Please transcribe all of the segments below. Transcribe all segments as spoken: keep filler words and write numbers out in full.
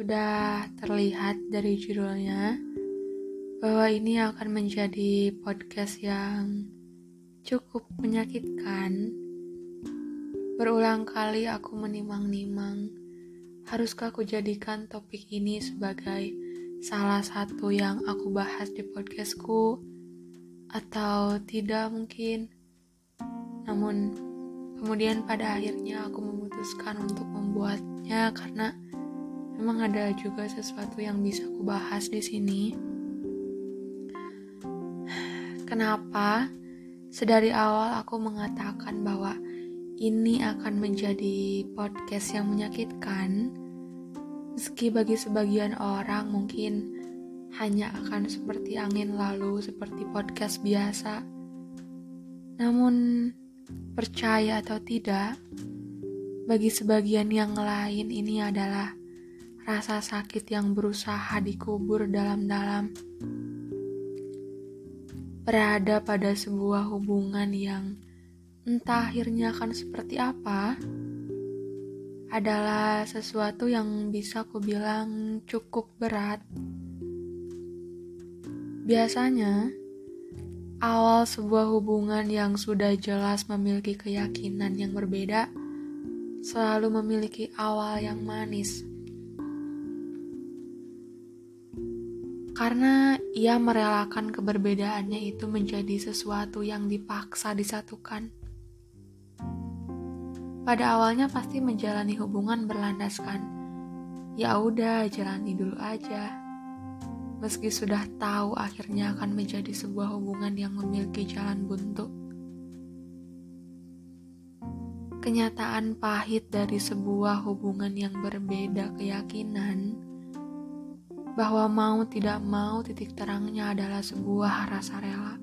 Sudah terlihat dari judulnya bahwa ini akan menjadi podcast yang cukup menyakitkan. Berulang kali aku menimang-nimang, haruskah aku jadikan topik ini sebagai salah satu yang aku bahas di podcastku atau tidak mungkin. Namun kemudian pada akhirnya aku memutuskan untuk membuatnya karena memang ada juga sesuatu yang bisa aku bahas di sini. Kenapa? Sedari awal aku mengatakan bahwa ini akan menjadi podcast yang menyakitkan. Meski bagi sebagian orang mungkin hanya akan seperti angin lalu, seperti podcast biasa. Namun percaya atau tidak, bagi sebagian yang lain ini adalah rasa sakit yang berusaha dikubur dalam-dalam. Berada pada sebuah hubungan yang entah akhirnya akan seperti apa, adalah sesuatu yang bisa kubilang cukup berat. Biasanya, awal sebuah hubungan yang sudah jelas memiliki keyakinan yang berbeda, selalu memiliki awal yang manis. Karena ia merelakan keberbedaannya itu menjadi sesuatu yang dipaksa disatukan. Pada awalnya pasti menjalani hubungan berlandaskan, ya udah jalani dulu aja. Meski sudah tahu akhirnya akan menjadi sebuah hubungan yang memiliki jalan buntu. Kenyataan pahit dari sebuah hubungan yang berbeda keyakinan, bahwa mau tidak mau titik terangnya adalah sebuah rasa rela.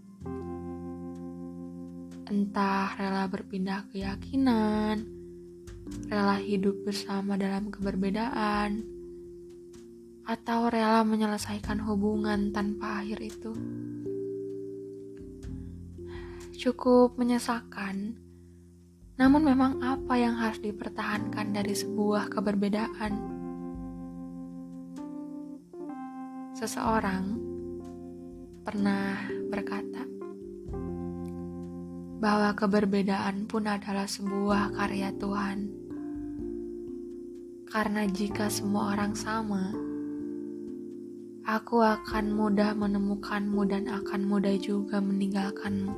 Entah rela berpindah keyakinan, rela hidup bersama dalam keberbedaan, atau rela menyelesaikan hubungan tanpa akhir itu. Cukup menyesakan, namun memang apa yang harus dipertahankan dari sebuah keberbedaan? Seseorang pernah berkata bahwa keberbedaan pun adalah sebuah karya Tuhan. Karena jika semua orang sama, aku akan mudah menemukanmu dan akan mudah juga meninggalkanmu.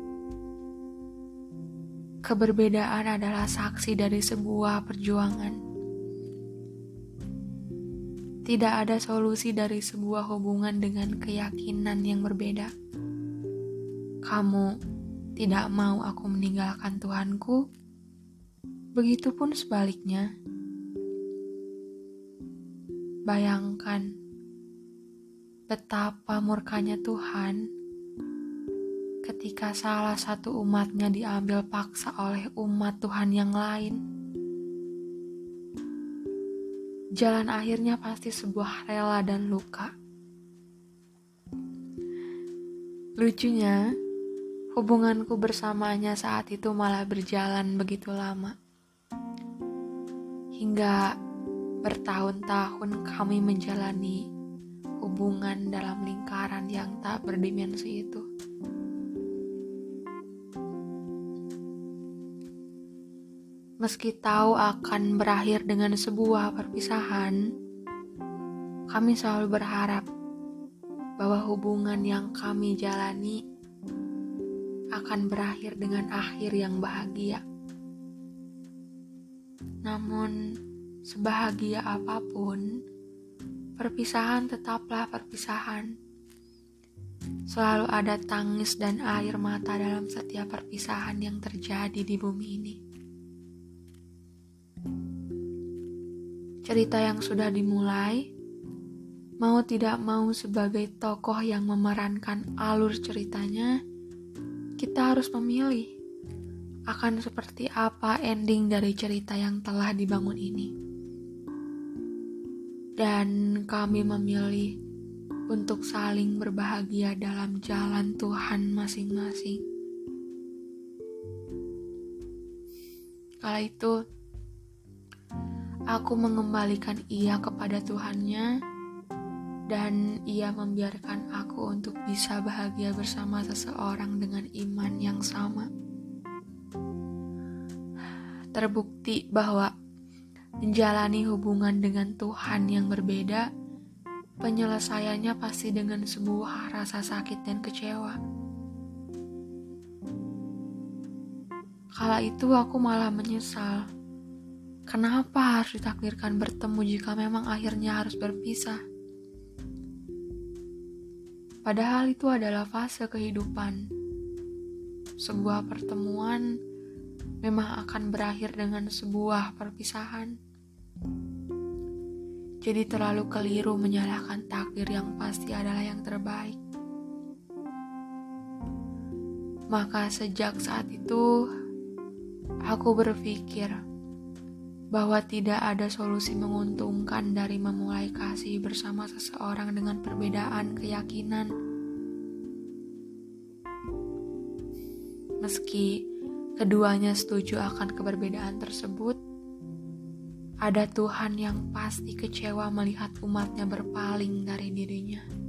Keberbedaan adalah saksi dari sebuah perjuangan. Tidak ada solusi dari sebuah hubungan dengan keyakinan yang berbeda. Kamu tidak mau aku meninggalkan Tuhanku, begitupun sebaliknya. Bayangkan betapa murkanya Tuhan ketika salah satu umatnya diambil paksa oleh umat Tuhan yang lain. Jalan akhirnya pasti sebuah rela dan luka. Lucunya, hubunganku bersamanya saat itu malah berjalan begitu lama. Hingga bertahun-tahun kami menjalani hubungan dalam lingkaran yang tak berdimensi itu. Meski tahu akan berakhir dengan sebuah perpisahan, kami selalu berharap bahwa hubungan yang kami jalani akan berakhir dengan akhir yang bahagia. Namun, sebahagia apapun, perpisahan tetaplah perpisahan. Selalu ada tangis dan air mata dalam setiap perpisahan yang terjadi di bumi ini. Cerita yang sudah dimulai, mau tidak mau sebagai tokoh yang memerankan alur ceritanya, kita harus memilih akan seperti apa ending dari cerita yang telah dibangun ini. Dan kami memilih untuk saling berbahagia dalam jalan Tuhan masing-masing. Kala itu, aku mengembalikan ia kepada Tuhannya, dan ia membiarkan aku untuk bisa bahagia bersama seseorang dengan iman yang sama. Terbukti bahwa menjalani hubungan dengan Tuhan yang berbeda, penyelesaiannya pasti dengan sebuah rasa sakit dan kecewa. Kala itu aku malah menyesal. Kenapa harus ditakdirkan bertemu jika memang akhirnya harus berpisah? Padahal itu adalah fase kehidupan. Sebuah pertemuan memang akan berakhir dengan sebuah perpisahan. Jadi terlalu keliru menyalahkan takdir yang pasti adalah yang terbaik. Maka sejak saat itu, aku berpikir bahwa tidak ada solusi menguntungkan dari memulai kasih bersama seseorang dengan perbedaan keyakinan. Meski keduanya setuju akan keberbedaan tersebut, ada Tuhan yang pasti kecewa melihat umatnya berpaling dari dirinya.